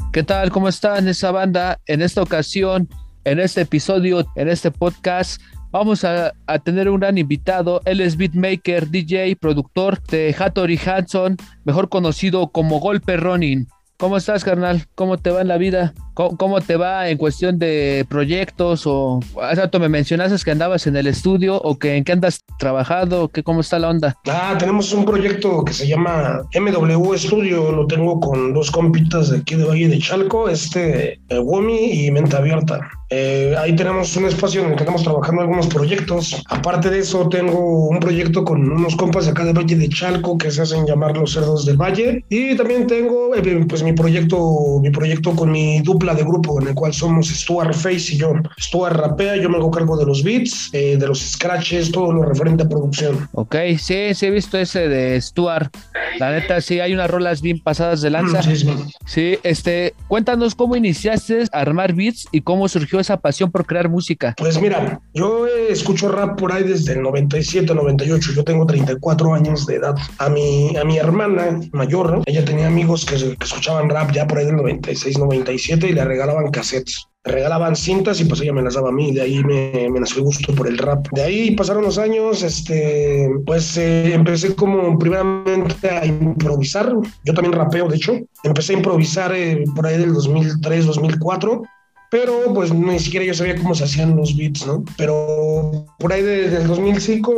¿Qué tal? ¿Cómo están esa banda? En esta ocasión, en este episodio, en este podcast, vamos a tener un gran invitado. Él es beatmaker, DJ, productor de Hattori Hanson, mejor conocido como Golpe Ronin. ¿Cómo estás, carnal? ¿Cómo te va en la vida? ¿Cómo te va en cuestión de proyectos? O hace rato me mencionaste que andabas en el estudio o que en qué andas trabajando, ¿cómo está la onda? Tenemos un proyecto que se llama MW Studio, lo tengo con dos compitas de aquí de Valle de Chalco, Wumi y Mente Abierta. Ahí tenemos un espacio en el que estamos trabajando algunos proyectos. Aparte de eso, tengo un proyecto con unos compas de acá de Valle de Chalco que se hacen llamar Los Cerdos del Valle. Y también tengo pues mi proyecto con mi dupla de grupo en el cual somos Stuart Face y yo. Stuart rapea, yo me hago cargo de los beats, de los scratches, todo lo referente a producción. Ok, sí, sí he visto ese de Stuart. La neta, sí, hay unas rolas bien pasadas de lanza. Sí, sí. Sí, cuéntanos cómo iniciaste a armar beats y cómo surgió esa pasión por crear música. Pues mira, yo escucho rap por ahí desde el 97, 98. Yo tengo 34 años de edad. A mi hermana mayor, ella tenía amigos que escuchaban rap ya por ahí del 96, 97 y le regalaban cassettes. Me regalaban cintas y pues ella me las daba a mí. De ahí me nació el gusto por el rap. De ahí pasaron los años, empecé como primeramente a improvisar. Yo también rapeo, de hecho. Empecé a improvisar por ahí del 2003, 2004. Pero pues ni siquiera yo sabía cómo se hacían los beats, ¿no? Pero por ahí desde el 2005,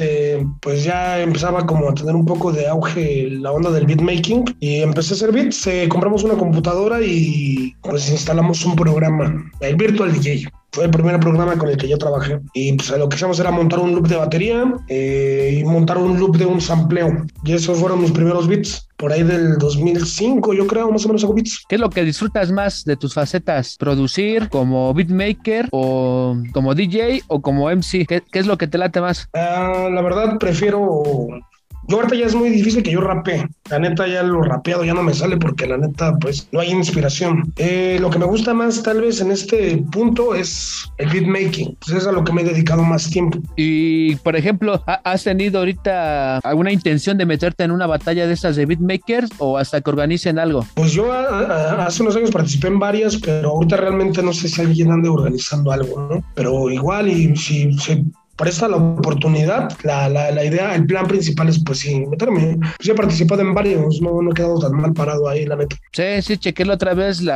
pues ya empezaba como a tener un poco de auge la onda del beatmaking y empecé a hacer beats. Compramos una computadora y pues instalamos un programa, el Virtual DJ. Fue el primer programa con el que yo trabajé. Y pues lo que hacíamos era montar un loop de batería y montar un loop de un sampleo. Y esos fueron mis primeros beats. Por ahí del 2005, yo creo, más o menos hago beats. ¿Qué es lo que disfrutas más de tus facetas? ¿Producir como beatmaker o como DJ o como MC? ¿Qué es lo que te late más? La verdad, prefiero. Yo ahorita ya es muy difícil que yo rapee. La neta ya lo rapeado ya no me sale porque la neta pues no hay inspiración. Lo que me gusta más tal vez en este punto es el beatmaking. Pues es a lo que me he dedicado más tiempo. Y, por ejemplo, ¿has tenido ahorita alguna intención de meterte en una batalla de estas de beatmakers o hasta que organicen algo? Pues yo hace unos años participé en varias, pero ahorita realmente no sé si alguien ande organizando algo, ¿no? Pero igual y si se presta la oportunidad, la idea, el plan principal es pues sí, meterme. Pues he participado en varios, no he quedado tan mal parado ahí, la neta. Sí, sí, chequé la otra vez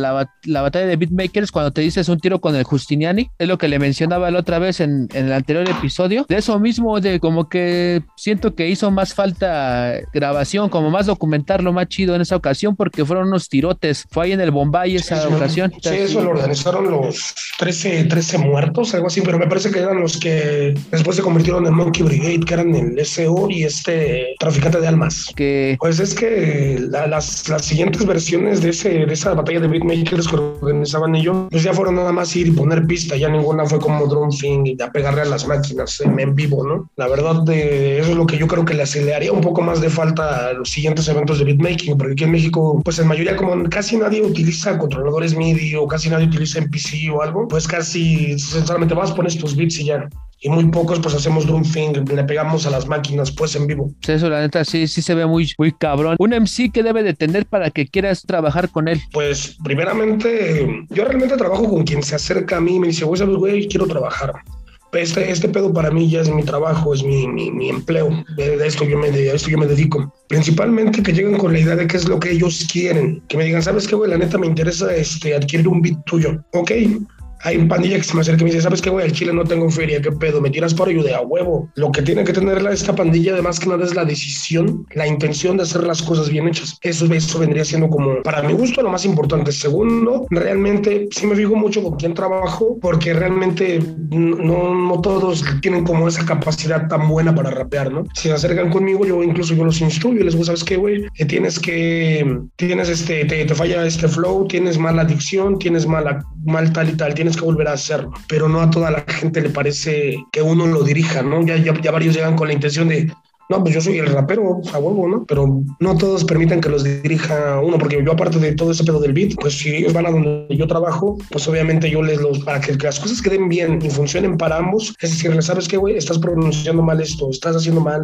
la batalla de beatmakers cuando te dices un tiro con el Justiniani. Es lo que le mencionaba la otra vez en el anterior episodio. De eso mismo, de como que siento que hizo más falta grabación, como más documentarlo más chido en esa ocasión porque fueron unos tirotes. Fue ahí en el Bombay esa ocasión. Sí, eso lo organizaron los 13 muertos, algo así, pero me parece que eran los que después se convirtieron en Monkey Brigade, que eran el SO y traficante de almas. Pues es que las siguientes versiones de esa batalla de beatmakers que organizaban ellos, pues ya fueron nada más ir y poner pista, ya ninguna fue como drum thing y a pegarle a las máquinas en vivo, ¿no? La verdad, eso es lo que yo creo que le haría un poco más de falta a los siguientes eventos de beatmaking, porque aquí en México, pues en mayoría, como casi nadie utiliza controladores MIDI o casi nadie utiliza MPC o algo, pues casi solamente vas, pones tus beats y ya. Y muy pocos pues hacemos drum thing, le pegamos a las máquinas pues en vivo. Pues eso la neta sí se ve muy, muy cabrón. Un MC que debe de tener para que quieras trabajar con él. Pues primeramente yo realmente trabajo con quien se acerca a mí y me dice, güey, quiero trabajar. Este pedo para mí ya es mi trabajo, es mi empleo, de esto yo me dedico. Principalmente que lleguen con la idea de qué es lo que ellos quieren, que me digan, ¿sabes qué, güey? La neta me interesa adquirir un beat tuyo. Ok, hay un pandilla que se me acerca y me dice, ¿sabes qué, güey? Al chile no tengo feria, ¿qué pedo? ¿Me tiras para ayuda? A huevo. Lo que tiene que tener esta pandilla, además que nada, es la decisión, la intención de hacer las cosas bien hechas. Eso vendría siendo como, para mi gusto, lo más importante. Segundo, realmente sí me fijo mucho con quién trabajo, porque realmente no todos tienen como esa capacidad tan buena para rapear, ¿no? Si se acercan conmigo, yo los instruyo y les digo, ¿sabes qué, güey? Te falla este flow, tienes mala dicción, tienes mal tal y tal, tienes que volver a hacerlo, pero no a toda la gente le parece que uno lo dirija, ¿no? Ya varios llegan con la intención de, No, pues yo soy el rapero a huevo, ¿no? Pero no todos permiten que los dirija uno, porque yo aparte de todo ese pedo del beat, pues si ellos van a donde yo trabajo, pues obviamente yo para que las cosas queden bien y funcionen para ambos, es decirle, ¿sabes qué, güey? Estás pronunciando mal esto, estás haciendo mal,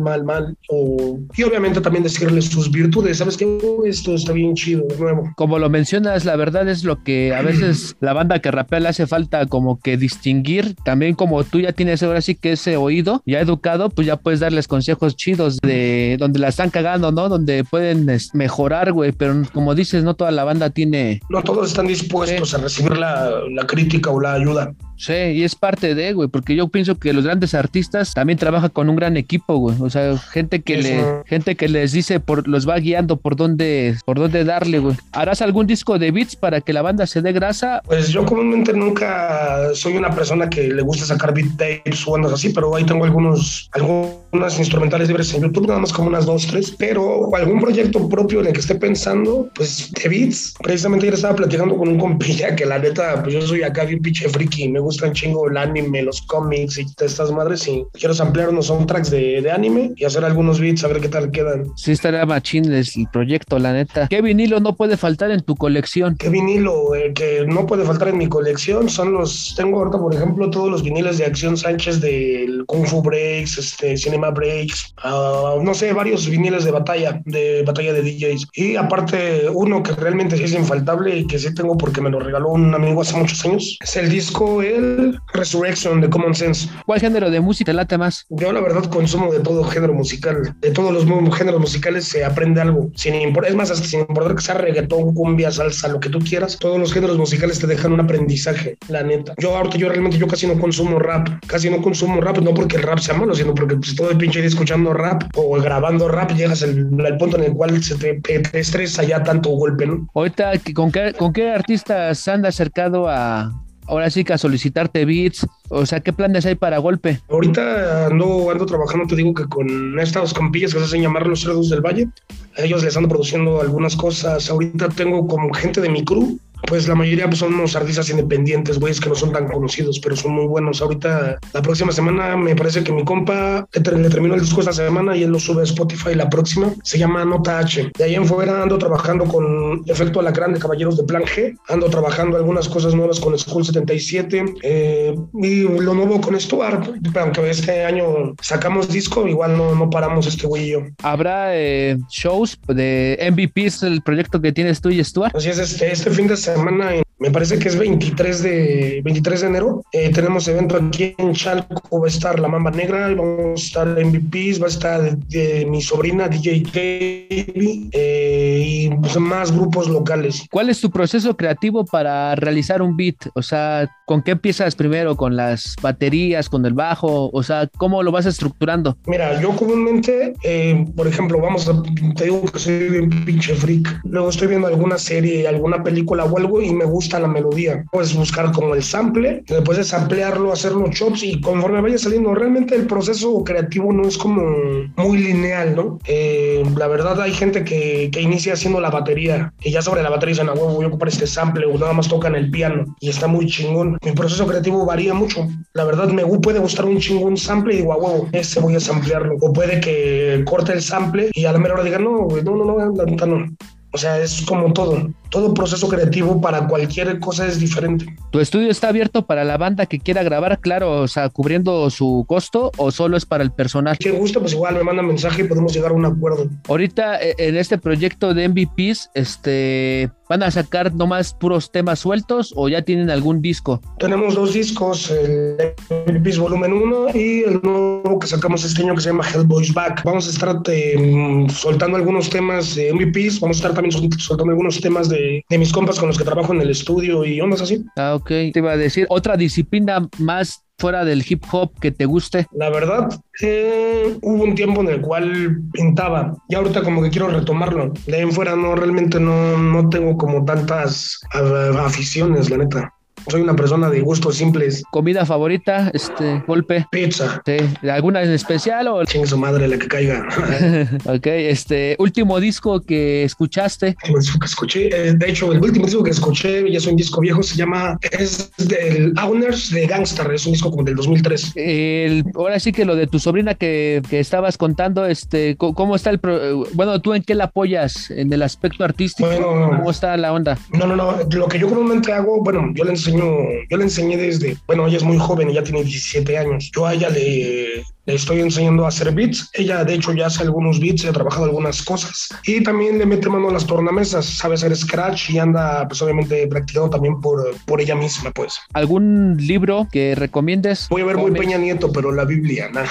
y obviamente también decirles sus virtudes, ¿sabes qué, güey? Esto está bien chido, de nuevo. Como lo mencionas, la verdad es lo que a veces la banda que rapea le hace falta como que distinguir, también como tú ya tienes ahora sí que ese oído ya educado, pues ya puedes darles consejos chidos de donde la están cagando, ¿no? Donde pueden mejorar, güey, pero como dices, no toda la banda tiene... No todos están dispuestos a recibir la crítica o la ayuda. Sí, y es parte de, güey, porque yo pienso que los grandes artistas también trabajan con un gran equipo, güey. O sea, gente que les dice, los va guiando por dónde darle, güey. ¿Harás algún disco de beats para que la banda se dé grasa? Pues yo comúnmente nunca soy una persona que le gusta sacar beat tapes o andas así, pero ahí tengo algunas instrumentales libres en YouTube, nada más como unas 2, 3, pero algún proyecto propio en el que esté pensando, pues de beats. Precisamente ayer estaba platicando con un compilla que la neta, pues yo soy acá bien pinche friki, me gusta un chingo el anime, los cómics y estas madres, y quiero samplear unos soundtracks de anime y hacer algunos beats a ver qué tal quedan. Sí, estaría machín el proyecto, la neta. ¿Qué vinilo no puede faltar en tu colección? ¿Qué vinilo que no puede faltar en mi colección? Tengo ahorita, por ejemplo, todos los viniles de Acción Sánchez del Kung Fu Breaks, Cinema Breaks, no sé, varios viniles de batalla de DJs. Y aparte, uno que realmente sí es infaltable y que sí tengo porque me lo regaló un amigo hace muchos años, es el disco El Resurrection de Common Sense. ¿Cuál género de música te late más? Yo la verdad consumo de todo género musical, de todos los géneros musicales se aprende algo, es más, hasta sin importar que sea reggaetón, cumbia, salsa, lo que tú quieras, todos los géneros musicales te dejan un aprendizaje, la neta. Yo realmente casi no consumo rap, no porque el rap sea malo, sino porque pues, todo el pinche día escuchando rap o grabando rap llegas al punto en el cual se te estresa ya tanto golpe, ¿no? Ahorita, ¿con qué artistas han acercado ahora sí que a solicitarte beats? O sea, ¿qué planes hay para Golpe? Ahorita ando trabajando, te digo que con estos compillas que se hacen llamar los Cerdos del Valle. A ellos les ando produciendo algunas cosas. Ahorita tengo como gente de mi crew, pues la mayoría pues, son unos artistas independientes, güeyes que no son tan conocidos, pero son muy buenos. Ahorita, la próxima semana, me parece que mi compa le terminó el disco esta semana y él lo sube a Spotify la próxima. Se llama Nota H. De ahí en fuera ando trabajando con Efecto Alacrán de Caballeros de Plan G. Ando trabajando algunas cosas nuevas con School 77. Y lo nuevo con Stuart. Aunque este año sacamos disco, igual no paramos este güey y yo. ¿Habrá shows de MVPs, el proyecto que tienes tú y Stuart? Así es, este fin de semana, me parece que es 23 de enero, tenemos evento aquí en Chalco, va a estar La Mamba Negra, vamos a estar MVPs, va a estar mi sobrina DJ Kaby, y pues, más grupos locales. ¿Cuál es tu proceso creativo para realizar un beat? O sea, ¿con qué empiezas primero? ¿Con las baterías, con el bajo? O sea, ¿cómo lo vas estructurando? Mira, yo comúnmente, por ejemplo, te digo que soy bien pinche freak, luego estoy viendo alguna serie, alguna película o algo y me gusta la melodía. Puedes buscar como el sample, después de samplearlo, hacer los chops y conforme vaya saliendo, realmente el proceso creativo no es como muy lineal, ¿no? La verdad hay gente que inicia haciendo la batería y ya sobre la batería dicen, voy a ocupar este sample o nada más tocan el piano y está muy chingón. Mi proceso creativo varía mucho. La verdad me puede gustar un chingón sample y digo, ese voy a samplearlo. O puede que corte el sample y a la mera hora diga, no, la neta no. O sea, es como todo proceso creativo para cualquier cosa es diferente. ¿Tu estudio está abierto para la banda que quiera grabar, claro, o sea, cubriendo su costo, o solo es para el personal? Si gusta, pues igual me manda mensaje y podemos llegar a un acuerdo. Ahorita, en este proyecto de MVPs, ¿van a sacar nomás puros temas sueltos o ya tienen algún disco? Tenemos 2 discos, el MVPs Volumen 1 y el nuevo que sacamos este año que se llama Hellboys Back. Vamos a estar soltando algunos temas de MVPs, vamos a estar también soltando algunos temas de mis compas con los que trabajo en el estudio y ondas así. Ah, ok. Te iba a decir, ¿otra disciplina más fuera del hip hop que te guste? La verdad, hubo un tiempo en el cual pintaba y ahorita como que quiero retomarlo. De ahí en fuera realmente no tengo como tantas aficiones, la neta. Soy una persona de gustos simples. ¿Comida favorita, Golpe? Pizza. Sí, ¿alguna en especial o? Chingue su madre la que caiga. Ok, último disco que escuchaste. El disco que escuché, de hecho, el último disco que escuché, ya es un disco viejo, es del Owners de Gangstar, es un disco como del 2003. Ahora sí que lo de tu sobrina que estabas contando, ¿cómo está bueno, ¿tú en qué la apoyas? ¿En el aspecto artístico? Bueno, ¿Cómo está la onda? No, lo que yo comúnmente hago, bueno, yo le enseñé desde, bueno, ella es muy joven, ella tiene 17 años, yo a ella le estoy enseñando a hacer beats, ella de hecho ya hace algunos beats, ha trabajado algunas cosas y también le mete mano a las tornamesas, sabe hacer scratch y anda pues obviamente practicando también por ella misma, pues. ¿Algún libro que recomiendes? Voy a ver muy Peña Nieto, pero la Biblia, no,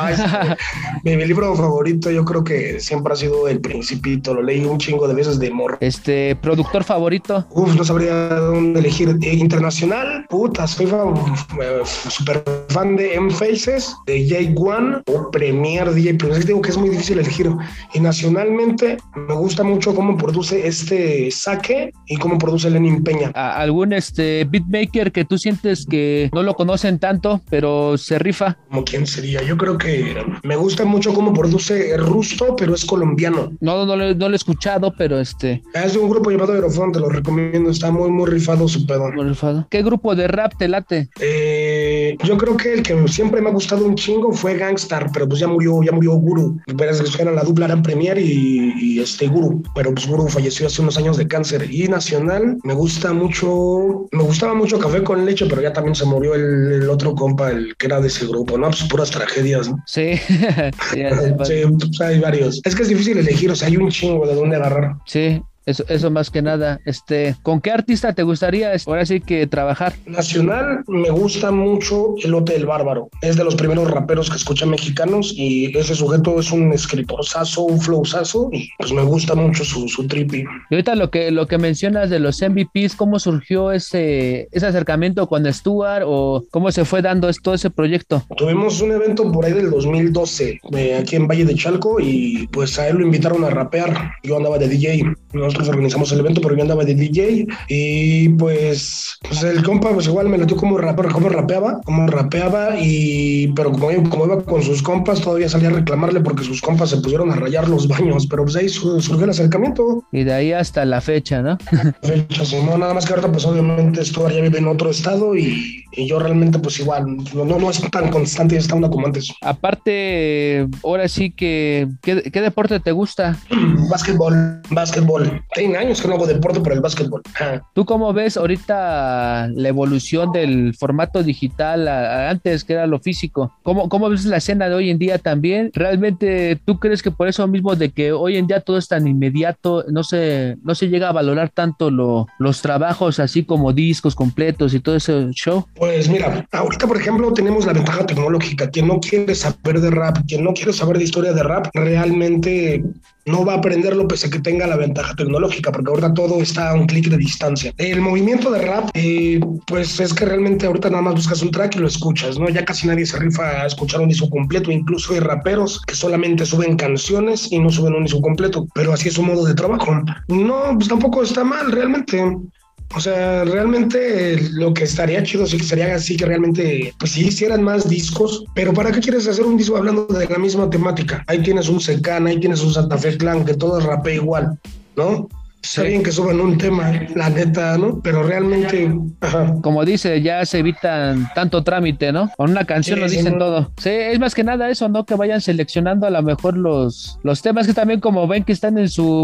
mi libro favorito yo creo que siempre ha sido El Principito, lo leí un chingo de veces de morro. ¿Productor favorito? No sabría dónde elegir. Internacional, puta, soy super fan de M-Faces, de J1 o Premier DJ, pero digo que es muy difícil elegir. Y nacionalmente me gusta mucho cómo produce Sake y cómo produce Lenin Peña. ¿Algún beatmaker que tú sientes que no lo conocen tanto, pero se rifa? ¿Como quién sería? Yo creo que me gusta mucho cómo produce Rusto, pero es colombiano. No lo he escuchado, pero Es de un grupo llamado Aerofón, te lo recomiendo, está muy, muy rifado su pedo. Muy rifado. ¿Qué grupo de rap te late? Yo creo que el que siempre me ha gustado un chingo fue Gangstar, pero pues ya murió Guru. Pero era la dupla, eran Premier y Guru, pero pues Guru falleció hace unos años de cáncer. Y nacional, me gustaba mucho Café con Leche, pero ya también se murió el otro compa, el que era de ese grupo, ¿no? Pues puras tragedias, ¿no? Sí. Sí, pues hay varios. Es que es difícil elegir, o sea, hay un chingo de dónde agarrar. Sí. Eso más que nada. ¿Con qué artista te gustaría ahora sí que trabajar? Nacional, me gusta mucho Elote el Bárbaro. Es de los primeros raperos que escuchan mexicanos y ese sujeto es un escritorzazo, un flowzazo y pues me gusta mucho su trippy. Y ahorita lo que mencionas de los MVPs, ¿cómo surgió ese acercamiento con Stuart o cómo se fue dando todo ese proyecto? Tuvimos un evento por ahí del 2012 aquí en Valle de Chalco y pues a él lo invitaron a rapear. Yo andaba de DJ. Nosotros organizamos el evento, pero yo andaba de DJ y pues el compa pues igual me latió como rapeaba pero como iba con sus compas todavía salía a reclamarle porque sus compas se pusieron a rayar los baños, pero pues ahí surgió el acercamiento. Y de ahí hasta la fecha, ¿no? No, nada más que ahorita pues obviamente Stuart ya vive en otro estado y yo realmente pues igual no es tan constante y está una como antes. Aparte, ahora sí que ¿qué deporte te gusta? Básquetbol. Tengo años que no hago deporte por el básquetbol. ¿Tú cómo ves ahorita la evolución del formato digital antes que era lo físico? ¿Cómo ves la escena de hoy en día también? ¿Realmente tú crees que por eso mismo de que hoy en día todo es tan inmediato, no se llega a valorar tanto los trabajos así como discos completos y todo ese show? Pues mira, ahorita por ejemplo tenemos la ventaja tecnológica. Quien no quiere saber de rap, quien no quiere saber de historia de rap, realmente no va a aprenderlo pese a que tenga la ventaja tecnológica, porque ahorita todo está a un clic de distancia. El movimiento de rap, pues es que realmente ahorita nada más buscas un track y lo escuchas, ¿no? Ya casi nadie se rifa a escuchar un disco completo, incluso hay raperos que solamente suben canciones y no suben un disco completo, pero así es su modo de trabajo. No, pues tampoco está mal, realmente. O sea, realmente lo que estaría chido sí que sería así que realmente, pues sí hicieran más discos, pero ¿para qué quieres hacer un disco hablando de la misma temática? Ahí tienes un Secán, ahí tienes un Santa Fe Clan, que todo rapea igual, ¿no? Está bien que suban un tema, la neta, ¿no? Pero realmente, como dice, ya se evitan tanto trámite, ¿no? Con una canción lo dicen todo. Sí, es más que nada eso, ¿no? Que vayan seleccionando a lo mejor los temas que también como ven que están en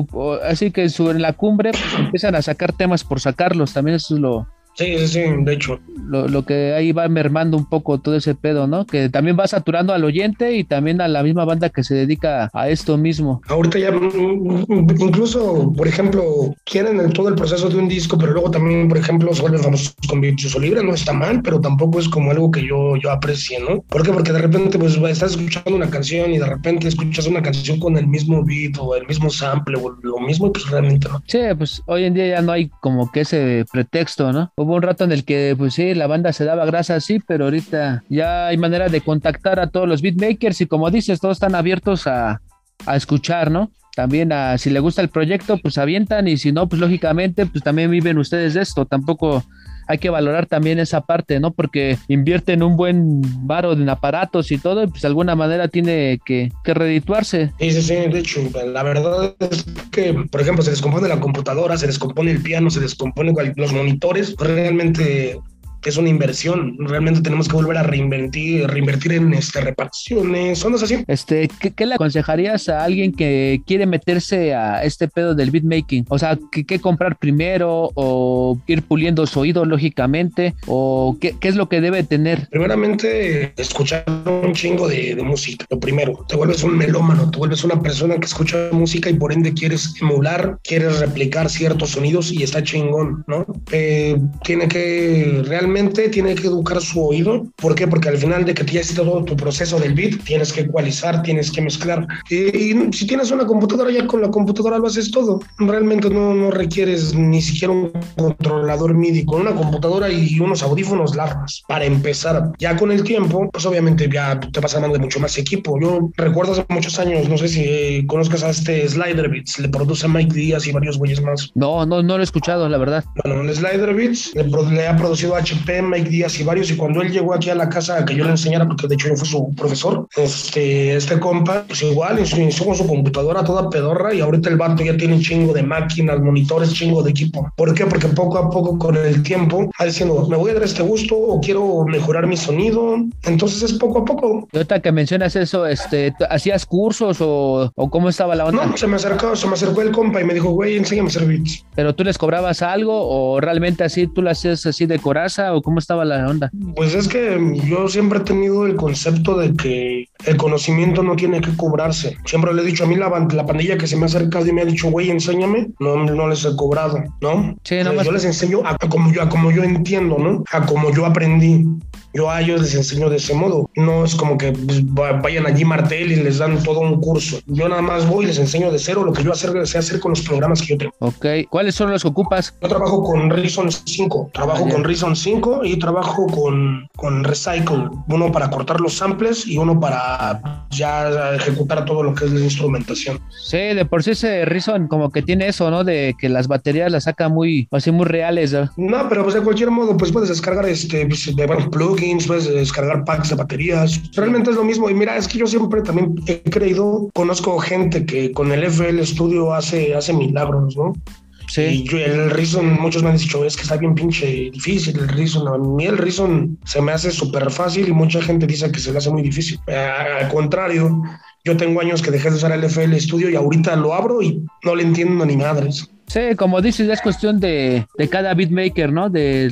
en la cumbre, pues empiezan a sacar temas por sacarlos. También eso es Sí, de hecho. Lo que ahí va mermando un poco todo ese pedo, ¿no? Que también va saturando al oyente y también a la misma banda que se dedica a esto mismo. Ahorita ya, incluso, por ejemplo, quieren todo el proceso de un disco, pero luego también, por ejemplo, se vuelven famosos con Virtuoso Libre. No está mal, pero tampoco es como algo que yo aprecie, ¿no? ¿Por qué? Porque de repente, pues, estás escuchando una canción y de repente escuchas una canción con el mismo beat o el mismo sample o lo mismo, pues realmente no. Sí, pues hoy en día ya no hay como que ese pretexto, ¿no? Hubo un rato en el que, pues sí, la banda se daba grasa así, pero ahorita ya hay manera de contactar a todos los beatmakers y como dices, todos están abiertos a escuchar, ¿no? También si le gusta el proyecto, pues avientan y si no, pues lógicamente, pues también viven ustedes de esto. Tampoco hay que valorar también esa parte, ¿no? Porque invierten un buen varo en aparatos y todo, y pues de alguna manera tiene que redituarse. Sí, sí, sí, de hecho, la verdad es que, por ejemplo, se descompone la computadora, se descompone el piano, se descompone los monitores, pues realmente es una inversión, realmente tenemos que volver a reinvertir en reparaciones, son así. ¿Qué le aconsejarías a alguien que quiere meterse a este pedo del beatmaking? O sea, ¿qué comprar primero o ir puliendo su oído lógicamente? ¿O qué es lo que debe tener? Primeramente, escuchar un chingo de música, lo primero. Te vuelves un melómano, te vuelves una persona que escucha música y por ende quieres emular, quieres replicar ciertos sonidos y está chingón, ¿no? Tiene que educar su oído. ¿Por qué? Porque al final de que ya hiciste todo tu proceso del beat, tienes que ecualizar, tienes que mezclar. Y si tienes una computadora, ya con la computadora lo haces todo. Realmente no requieres ni siquiera un controlador MIDI. Con una computadora y unos audífonos largos para empezar. Ya con el tiempo, pues obviamente ya te vas armando de mucho más equipo. Yo recuerdo hace muchos años, no sé si conozcas a Slider Beats, le produce Mike Díaz y varios güeyes más. No lo he escuchado, la verdad. Bueno, el Slider Beats le ha producido HP, Mike Díaz y varios, y cuando él llegó aquí a la casa a que yo le enseñara, porque de hecho yo fui su profesor, este compa, pues igual inició con su computadora toda pedorra y ahorita el vato ya tiene un chingo de máquinas, monitores, chingo de equipo. ¿Por qué? Porque poco a poco con el tiempo va diciendo, me voy a dar este gusto o quiero mejorar mi sonido, entonces es poco a poco. Y ahorita que mencionas eso, ¿hacías cursos o cómo estaba la onda? No, se me acercó el compa y me dijo, güey, enséñame a hacer beats. ¿Pero tú les cobrabas algo o realmente así tú lo hacías así de coraza o cómo estaba la onda? Pues es que yo siempre he tenido el concepto de que el conocimiento no tiene que cobrarse. Siempre le he dicho a mí, la pandilla que se me ha acercado y me ha dicho, güey, enséñame, no les he cobrado, ¿no? Sí, nomás. Yo les enseño a como yo entiendo, ¿no? A como yo aprendí. Yo a ellos les enseño de ese modo. No es como que pues, vayan allí Martel y les dan todo un curso. Yo nada más voy y les enseño de cero lo que yo sé hacer con los programas que yo tengo. Ok. ¿Cuáles son los que ocupas? Yo trabajo con Reason 5. Con Reason 5 y trabajo con Recycle. Uno para cortar los samples y uno para ya ejecutar todo lo que es la instrumentación. Sí, de por sí ese Reason como que tiene eso, ¿no? De que las baterías las saca muy reales, ¿no? No, pero pues de cualquier modo, pues puedes descargar plugins, puedes descargar packs de baterías. Realmente es lo mismo. Y mira, es que yo siempre también he creído, conozco gente que con el FL Studio hace milagros, ¿no? Sí. Y el Reason, muchos me han dicho, es que está bien pinche difícil el Reason. A mí el Reason se me hace súper fácil y mucha gente dice que se le hace muy difícil. Al contrario, yo tengo años que dejé de usar el FL Studio y ahorita lo abro y no le entiendo ni madres. Sí, como dices, es cuestión de cada beatmaker, ¿no?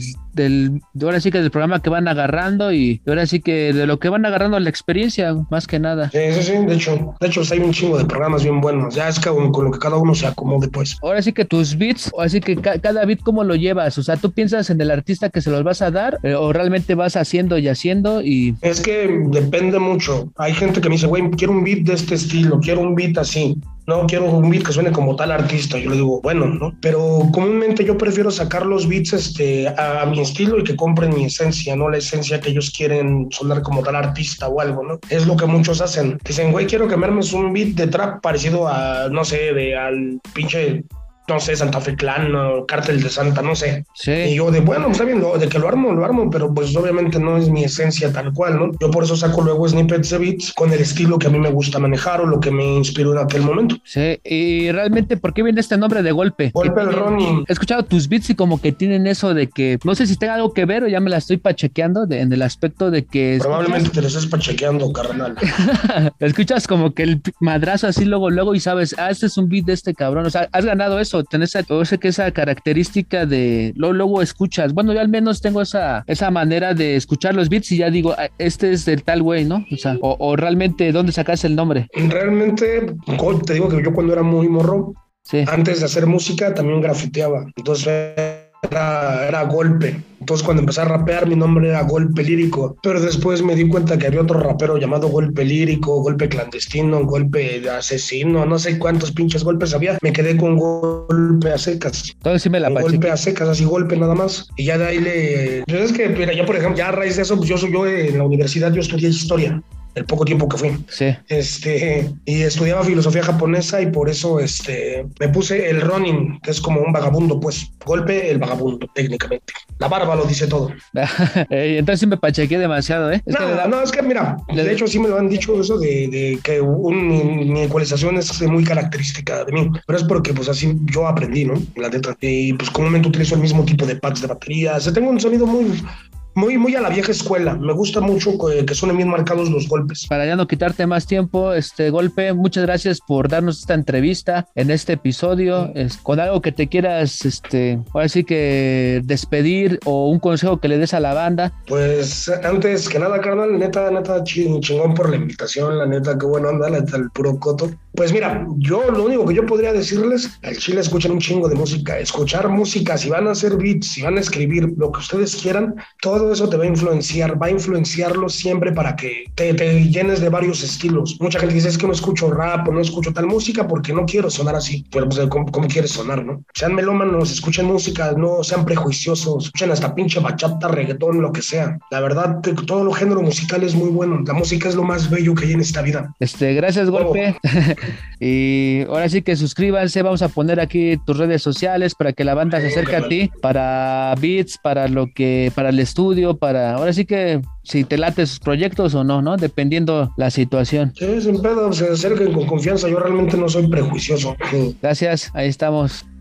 Ahora sí que del programa que van agarrando y ahora sí que de lo que van agarrando la experiencia, más que nada. Sí, de hecho hay un chingo de programas bien buenos, ya es con lo que cada uno se acomode, pues. Ahora sí que tus beats, así que cada beat, ¿cómo lo llevas? O sea, ¿tú piensas en el artista que se los vas a dar o realmente vas haciendo y haciendo? Y es que depende mucho. Hay gente que me dice, güey, quiero un beat de este estilo, quiero un beat así. No, quiero un beat que suene como tal artista. Yo le digo, bueno, ¿no? Pero comúnmente yo prefiero sacar los beats a mi estilo y que compren mi esencia, no la esencia que ellos quieren sonar como tal artista o algo, ¿no? Es lo que muchos hacen. Dicen, güey, quiero que me armes un beat de trap parecido a, no sé, al pinche, no sé, Santa Fe Clan o Cártel de Santa, no sé. sí. Y yo bueno, está bien, de que lo armo, pero pues obviamente no es mi esencia tal cual, ¿no? Yo por eso saco luego snippets de beats con el estilo que a mí me gusta manejar o lo que me inspiró en aquel momento. Sí, y realmente, ¿por qué viene este nombre de Golpe? Golpe del Ronnie. He escuchado tus beats y como que tienen eso de que, no sé si tenga algo que ver o ya me la estoy pachequeando en el aspecto de que... Probablemente te lo estés pachequeando, carnal. Escuchas como que el madrazo así luego y sabes, este es un beat de este cabrón, o sea, has ganado eso, tenés esa característica de luego escuchas, bueno, yo al menos tengo esa manera de escuchar los beats y ya digo, este es del tal güey, ¿no? O sea, o realmente, ¿dónde sacas el nombre? Realmente, te digo que yo cuando era muy morro, sí, antes de hacer música también grafiteaba, entonces era Golpe. Entonces cuando empecé a rapear mi nombre era Golpe Lírico, pero después me di cuenta que había otro rapero llamado Golpe Lírico, Golpe Clandestino, Golpe Asesino, no sé cuántos pinches golpes había. Me quedé con Golpe a secas. Entonces sí me la pachequé. Golpe a secas, así Golpe nada más. Y ya de ahí pues es que, mira, ya por ejemplo, ya a raíz de eso, pues yo en la universidad yo estudié historia. el poco tiempo que fui. Sí. Y estudiaba filosofía japonesa y por eso me puse el Ronin, que es como un vagabundo, pues, Golpe el vagabundo, técnicamente. La barba lo dice todo. Entonces sí me pachequé demasiado, ¿eh? Es que mira, de hecho sí me lo han dicho eso de que mi ecualización es muy característica de mí, pero es porque pues así yo aprendí, ¿no? La neta. Y pues comúnmente utilizo el mismo tipo de pads de baterías. Tengo un sonido muy a la vieja escuela. Me gusta mucho que suenen bien marcados los golpes. Para ya no quitarte más tiempo, Golpe, muchas gracias por darnos esta entrevista en este episodio. Con algo que te quieras, ahora sí que despedir o un consejo que le des a la banda. Pues antes que nada, carnal, neta, chingón por la invitación, la neta, qué buena onda, la neta, el puro coto. Pues mira, yo lo único que yo podría decirles, al chile escuchen un chingo de música, escuchar música, si van a hacer beats, si van a escribir lo que ustedes quieran, todo eso te va a influenciarlo siempre para que te llenes de varios estilos. Mucha gente dice, es que no escucho rap o no escucho tal música porque no quiero sonar así. Pero pues, ¿cómo quieres sonar, no? Sean melómanos, escuchen música, no sean prejuiciosos, escuchen hasta pinche bachata, reggaetón, lo que sea. La verdad, todo lo género musical es muy bueno. La música es lo más bello que hay en esta vida. Gracias, Golpe. Y ahora sí que suscríbanse, vamos a poner aquí tus redes sociales para que la banda se acerque a ti, para beats, para el estudio, ahora sí que si te late sus proyectos o no, ¿no? Dependiendo la situación. Sí, sin pedo, se acerquen con confianza, yo realmente no soy prejuicioso. Gracias, ahí estamos.